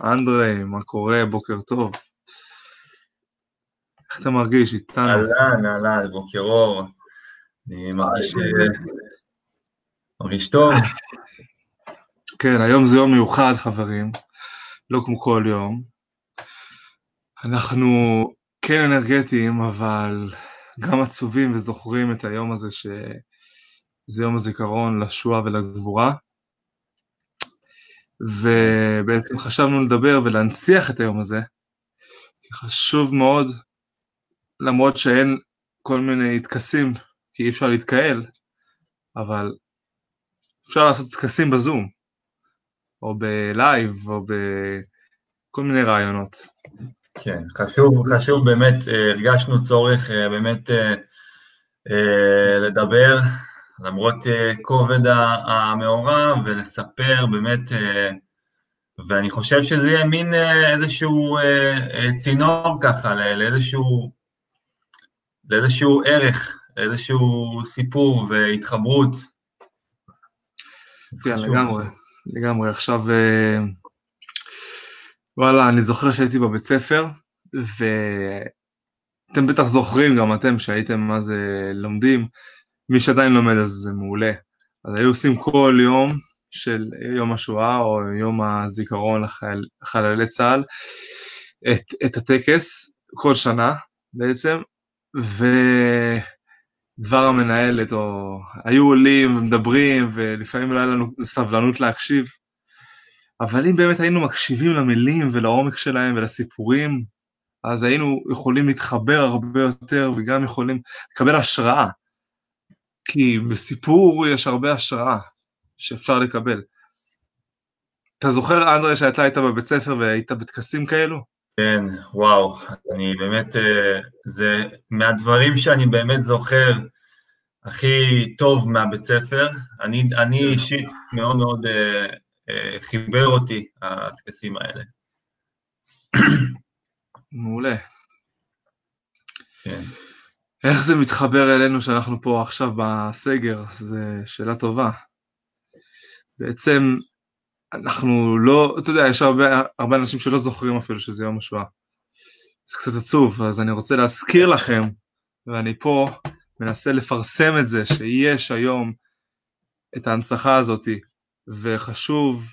אנדרי, מה קורה? בוקר טוב. איך אתה מרגיש איתנו? אהלן, בוקר אור. אני מרגיש טוב. כן, היום זה יום מיוחד, חברים. לא כמו כל יום. אנחנו כן אנרגטיים, אבל גם עצובים וזוכרים את היום הזה שזה יום הזיכרון לשואה ולגבורה. ובעצם חשבנו לדבר ולהנציח את היום הזה. חשוב מאוד, למרות שאין כל מיני התכסים, כי אי אפשר להתקהל, אבל אפשר לעשות התכסים בזום, או בלייב, או בכל מיני רעיונות. כן, חשוב באמת, הרגשנו צורך באמת לדבר, למרות כובד המאורע, ולספר באמת, ואני חושב שזה יהיה מין איזשהו צינור ככה, לאיזשהו ערך, לאיזשהו סיפור והתחברות. כן, לגמרי. עכשיו, וואלה, אני זוכר שהייתי בבית ספר, ואתם בטח זוכרים גם אתם שהייתם אז לומדים, מי שעדיין לומד אז זה מעולה. אז היו עושים כל יום של יום השואה או יום הזיכרון לחללי צה"ל, את הטקס כל שנה בעצם, ודבר המנהלת, או היו עולים ומדברים, ולפעמים לא היה לנו סבלנות להקשיב, אבל אם באמת היינו מקשיבים למילים ולעומק שלהם ולסיפורים, אז היינו יכולים להתחבר הרבה יותר, וגם יכולים לקבל השראה, כי בסיפור יש הרבה השראה שאפשר לקבל. אתה זוכר, אנדרי, שאתה היית בבית ספר והיית בטקסים כאלו? כן, וואו, אני באמת, זה מהדברים שאני באמת זוכר הכי טוב מהבית ספר. אני אישית מאוד מאוד חיבר אותי הטקסים האלה. מעולה. כן. איך זה מתחבר אלינו שאנחנו פה עכשיו בסגר? זו שאלה טובה. בעצם אנחנו לא, אתה יודע, יש הרבה אנשים שלא זוכרים אפילו שזה יום השואה. זה קצת עצוב, אז אני רוצה להזכיר לכם, ואני פה מנסה לפרסם את זה, שיש היום את ההנצחה הזאת, וחשוב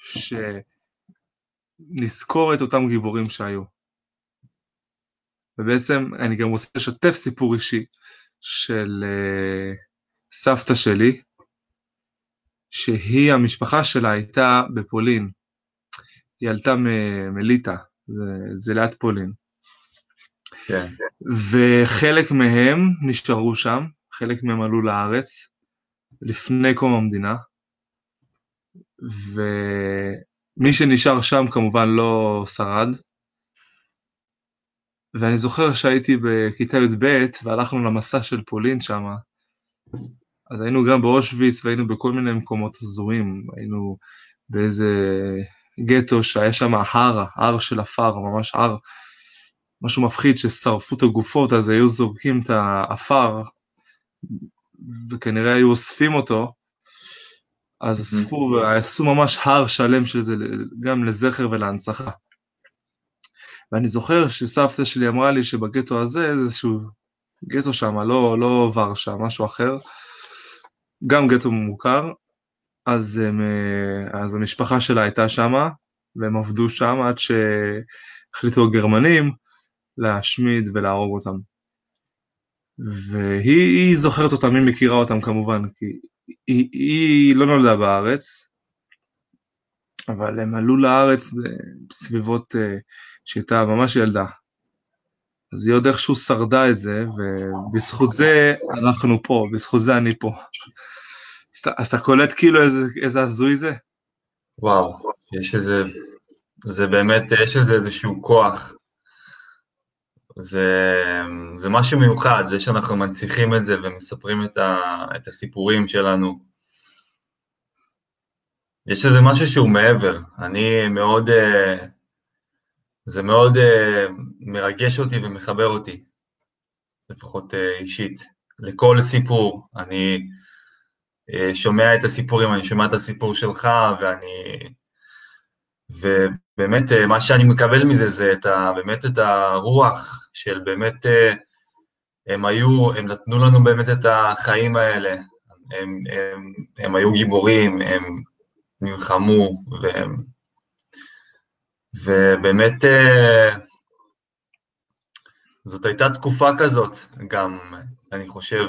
שנזכור את אותם גיבורים שהיו. ובעצם אני גם רוצה לשתף סיפור אישי של סבתא שלי, שהיא, המשפחה שלה הייתה בפולין. היא עלתה מליטה, זה ליד פולין. כן. וחלק מהם נשארו שם, חלק מהם עלו לארץ, לפני קום המדינה, ומי שנשאר שם כמובן לא שרד. ואני זוכר שהייתי בכיתה י"ב, והלכנו למסע של פולין שם, אז היינו גם באושוויץ, והיינו בכל מיני מקומות הזויים, היינו באיזה גטו שהיה שם הר של אפר, ממש הר, משהו מפחיד ששרפו את הגופות, אז היו זורקים את האפר, וכנראה היו אוספים אותו, אז אספו ועשו ממש הר שלם של זה, גם לזכר ולהנצחה. ואני זוכר שסבתא שלי אמרה לי שבגטו הזה, איזשהו גטו שם, לא ורשה, משהו אחר, גם גטו מוכר, אז המשפחה שלה הייתה שם, והם עבדו שם עד שהחליטו הגרמנים להשמיד ולהרוג אותם. והיא זוכרת אותם, היא מכירה אותם כמובן, כי היא לא נולדה בארץ, אבל הם עלו לארץ בסביבות שהייתה ממש ילדה. אז היא עוד איכשהו שרדה את זה, ובזכות זה אנחנו פה, בזכות זה אני פה. אז אתה קולט כאילו איזה הזוי זה? וואו, זה באמת, יש איזשהו כוח. זה משהו מיוחד, זה שאנחנו מנציחים את זה ומספרים את הסיפורים שלנו. יש איזה משהו שהוא מעבר. זה מאוד מרגש אותי ומחבר אותי, לפחות אישית. לכל סיפור, אני שומע את הסיפורים, אני שומע את הסיפור שלך, באמת, מה שאני מקבל מזה זה באמת את הרוח של באמת, הם נתנו לנו באמת את החיים האלה, הם היו גיבורים, הם נלחמו, ובאמת, זאת הייתה תקופה כזאת, גם אני חושב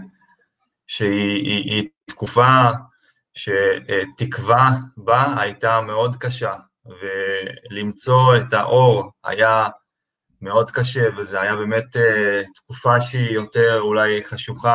שהיא תקופה שתקווה בה הייתה מאוד קשה, ולמצוא את האור היה מאוד קשה, וזה היה באמת תקופה שהיא יותר אולי חשוכה,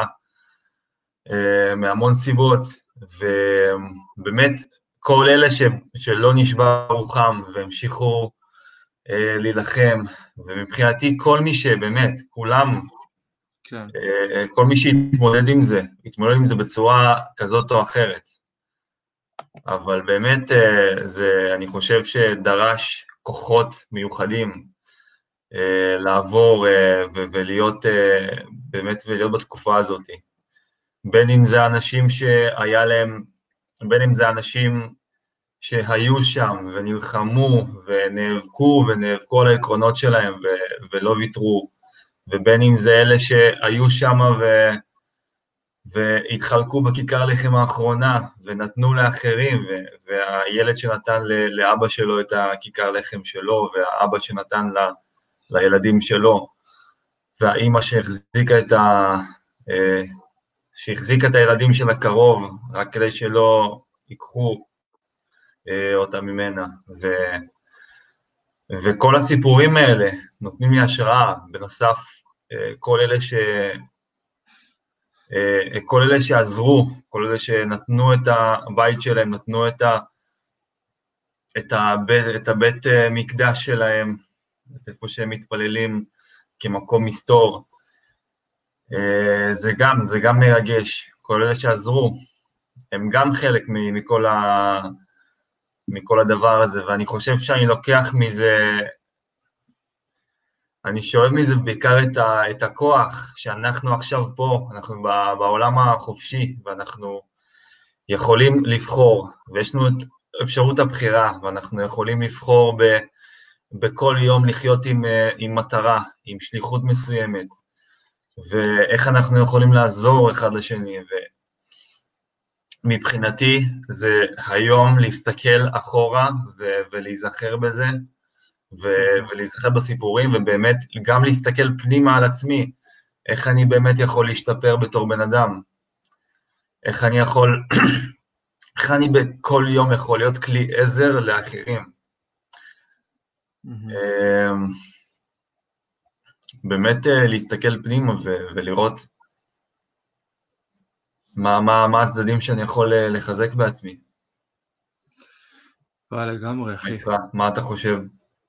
מהמון סיבות, ובאמת כל אלה שלא נשבר רוחם והמשיכו להילחם, ומבחינתי כל מי שבאמת, כולם, כן. כל מי שהתמודד עם זה בצורה כזאת או אחרת, אבל באמת אני חושב שדרש כוחות מיוחדים לעבור ולהיות באמת ולהיות בתקופה הזאת, בין אם זה אנשים שהיה להם, בין אם זה אנשים שהיו שם ונלחמו ונאבקו על העקרונות שלהם ולא ויתרו, ובין אם זה אלה שהיו שם והתחלקו בכיכר לחם האחרונה ונתנו לאחרים, והילד שנתן לאבא שלו את הכיכר לחם שלו, והאבא שנתן לילדים שלו, והאימא שהחזיקה את הילדים של הקרוב, רק כדי שלא ייקחו אותה ממנה, וכל הסיפורים האלה נותנים לי השראה, בנוסף כל אלה שעזרו, כל אלה שנתנו את הבית שלהם, נתנו את הבית מקדש שלהם, איפה שהם מתפללים כמקום מסתור, זה גם מרגש, כל אלה שעזרו, הם גם חלק מכל הדבר הזה, ואני חושב שאני לוקח מזה, אני שואב מזה בעיקר את הכוח, שאנחנו עכשיו פה, אנחנו בעולם החופשי, ואנחנו יכולים לבחור, ויש לנו את אפשרות הבחירה, ואנחנו יכולים לבחור בכל יום לחיות עם מטרה, עם שליחות מסוימת, ואיך אנחנו יכולים לעזור אחד לשני, מבחינתי זה היום להסתכל אחורה ולהיזכר בזה, ולהיזכר בסיפורים, ובאמת גם להסתכל פנימה על עצמי, איך אני באמת יכול להשתפר בתור בן אדם, איך אני בכל יום יכול להיות כלי עזר לאחרים. באמת להסתכל פנימה ולראות מה הצדדים שאני יכול לחזק בעצמי. לגמרי, אחי. מה אתה חושב?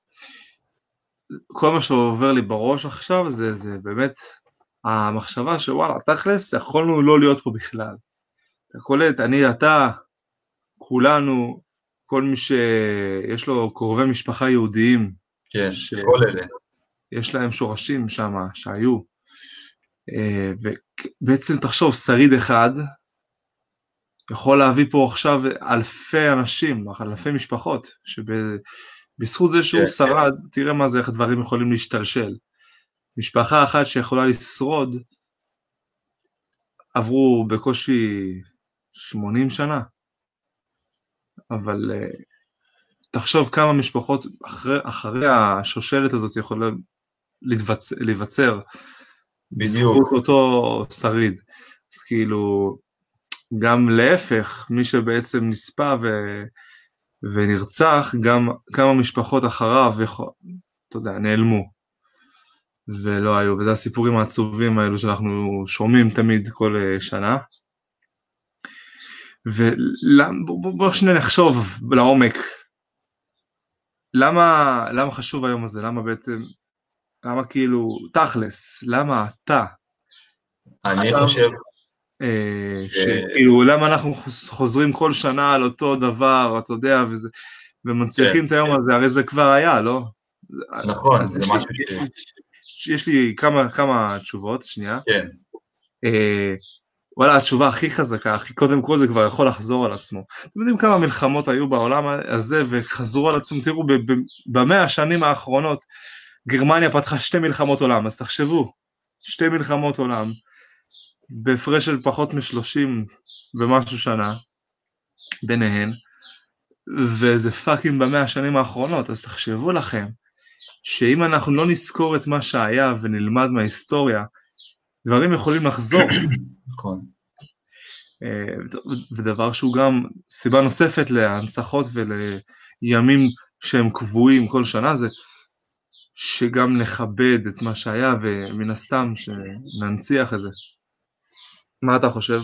כל מה שעובר לי בראש עכשיו זה באמת המחשבה שוואלה, תכלס, יכולנו לא להיות פה בכלל. אתה קולט, אני, אתה, כולנו, כל מי שיש לו קרובי משפחה יהודיים, כן, כל אלה. יש להם שורשים שם, שהיו, ובעצם תחשוב, שריד אחד, יכול להביא פה עכשיו אלפי אנשים, אלפי משפחות, שבזכות זה שהוא שרד, תראה מה זה, איך הדברים יכולים להשתלשל. משפחה אחת שיכולה לשרוד, עברו בקושי 80 שנה, אבל תחשוב כמה משפחות אחרי השושלת הזאת יכולה להיווצר, בזכות אותו שריד. אז כאילו, גם להפך, מי שבעצם נספה ונרצח, גם כמה משפחות אחריו, אתה יודע, נעלמו. ולא היו, וזה הסיפורים העצובים האלו שאנחנו שומעים תמיד כל שנה. ובוא שני נחשוב לעומק, למה חשוב היום הזה, למה כאילו, תכלס, למה אתה? אני חושב, שכאילו, למה אנחנו חוזרים כל שנה על אותו דבר, אתה יודע, ומנציחים את היום הזה, הרי זה כבר היה, לא? נכון, זה משהו יש לי כמה תשובות, שנייה. כן. וואלה, התשובה הכי חזקה, הכי קודם כל זה כבר יכול לחזור על עצמו. אתם יודעים כמה מלחמות היו בעולם הזה וחזרו על עצמו, תראו, במאה השנים האחרונות, גרמניה פתחה 2 מלחמות עולם, אז תחשבו, 2 מלחמות עולם, בהפרש של פחות מ-30 ומשהו שנה, ביניהן, וזה פאקינג במאה השנים האחרונות, אז תחשבו לכם, שאם אנחנו לא נזכור את מה שהיה ונלמד מההיסטוריה, דברים יכולים לחזור. נכון. ודבר שהוא גם סיבה נוספת להנצחות ולימים שהם קבועים כל שנה, זה שגם נכבד את מה שהיה, ומן הסתם שננציח את זה. מה אתה חושב?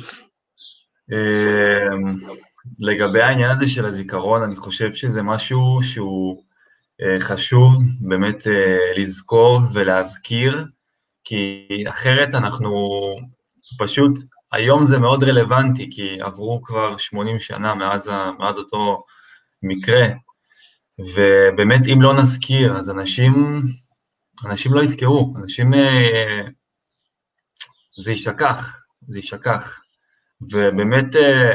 לגבי העניין הזה של הזיכרון, אני חושב שזה משהו שהוא חשוב באמת לזכור ולהזכיר, כי אחרת אנחנו פשוט, היום זה מאוד רלוונטי, כי עברו כבר 80 שנה מאז אותו מקרה, ובאמת אם לא נזכיר, אז אנשים לא יזכרו, זה יישכח, ובאמת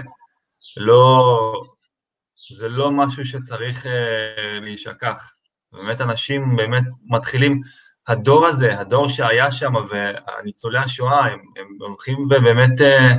זה לא משהו שצריך להישכח, באמת אנשים באמת מתחילים, הדור הזה, הדור שהיה שם, והניצולי השואה, הם הולכים ובאמת,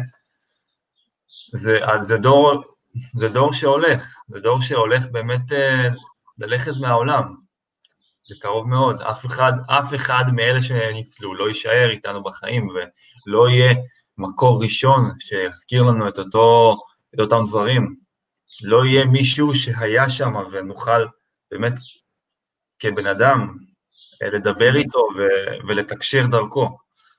זה דור שהולך באמת ללכת מהעולם, זה קרוב מאוד, אף אחד מאלה שניצלו לא יישאר איתנו בחיים, ולא יהיה מקור ראשון שיזכיר לנו את אותם דברים, לא יהיה מישהו שהיה שם ונוכל באמת כבן אדם לדבר איתו ולתקשר דרכו.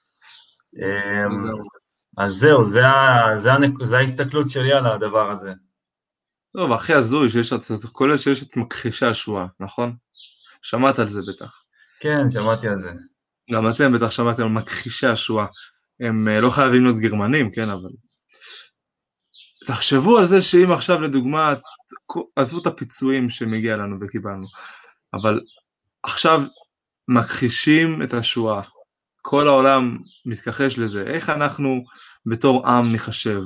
אז זהו, זה ההסתכלות שלי על הדבר הזה. טוב, הכי הזוי שיש את מכחישי השואה, נכון? שמעת על זה בטח. כן, שמעתי על זה. גם אתם בטח שמעתם על מכחישי השואה. הם לא חייבים להיות גרמנים, כן, אבל... תחשבו על זה שאם עכשיו לדוגמה, עזבו את הפיצויים שמגיע לנו וקיבלנו, אבל עכשיו מכחישים את השואה. כל העולם מתכחש לזה. איך אנחנו בתור עם נחשב?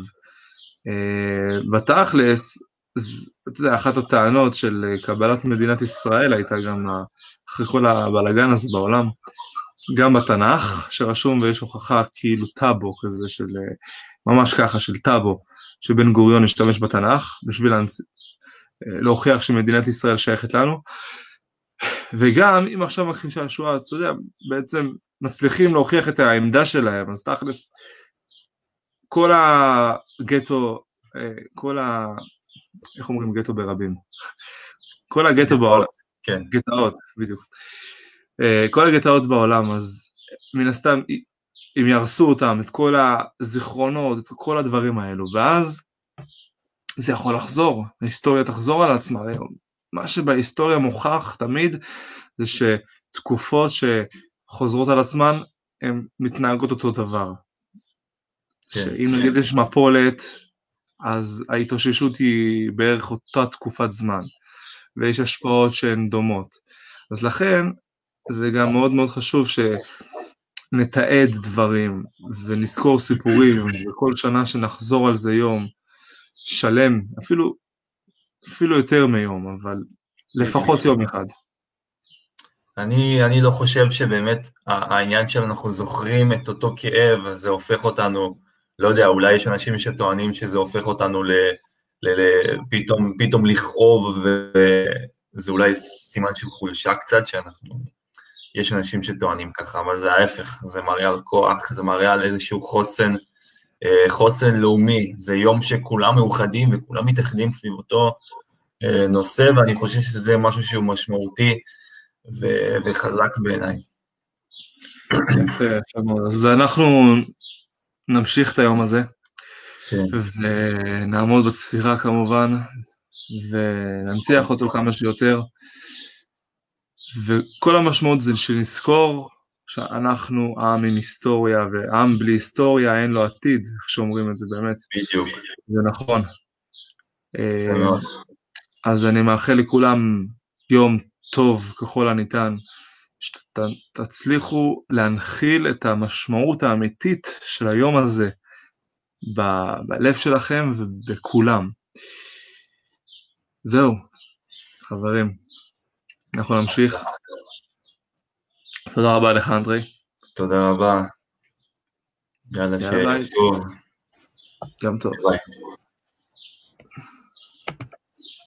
בתכלס, אתה יודע, אחת הטענות של קבלת מדינת ישראל הייתה גם אחרי כל הבלגן הזה בעולם, גם בתנ"ך שרשום ויש הוכחה כאילו טאבו כזה של, ממש ככה של טאבו, שבן גוריון השתמש בתנ"ך בשביל להוכיח שמדינת ישראל שייכת לנו, וגם אם עכשיו מכחישי השואה, אז אתה יודע, בעצם מצליחים להוכיח את העמדה שלהם, אז תכלס, כל הגטו, איך אומרים גטו ברבים? כל הגטו בעולם, כן. גטאות, בדיוק. כל הגטאות בעולם, אז מן הסתם, אם ירסו אותם, את כל הזיכרונות, את כל הדברים האלו, ואז זה יכול לחזור, ההיסטוריה תחזור על עצמה, מה שבהיסטוריה מוכח תמיד, זה שתקופות שחוזרות על עצמן, הן מתנהגות אותו דבר. שאם נגיד יש מפולת, אז ההתאוששות היא בערך אותה תקופת זמן, ויש השפעות שהן דומות. אז לכן, זה גם מאוד מאוד חשוב שנתעד דברים, ונזכור סיפורים, וכל שנה שנחזור על זה יום שלם, אפילו יותר מיום, אבל לפחות יום אחד. אני לא חושב שבאמת העניין שאנחנו זוכרים את אותו כאב, זה הופך אותנו, לא יודע, אולי יש אנשים שטוענים שזה הופך אותנו פתאום לכאוב, וזה אולי סימן של חולשה קצת, יש אנשים שטוענים ככה, אבל זה ההפך, זה מראה על כוח, זה מראה על איזשהו חוסן לאומי, זה יום שכולם מאוחדים וכולם מתאחדים סביב אותו נושא, ואני חושב שזה משהו שהוא משמעותי וחזק בעיניי. אז אנחנו נמשיך את היום הזה, ונעמוד בצפירה כמובן, וננציח אותו כמה שיותר, וכל המשמעות זה שנזכור שאנחנו עם עם היסטוריה, ועם בלי היסטוריה אין לו עתיד, איך שאומרים את זה באמת. בדיוק. זה נכון. אז אני מאחל לכולם יום טוב ככל הניתן, שתצליחו להנחיל את המשמעות האמיתית של היום הזה בלב שלכם ובכולם. זהו, חברים, אנחנו נמשיך. תודה רבה לך, אנדרי. תודה רבה. יאללה, שיהיה טוב. גם טוב. ביי.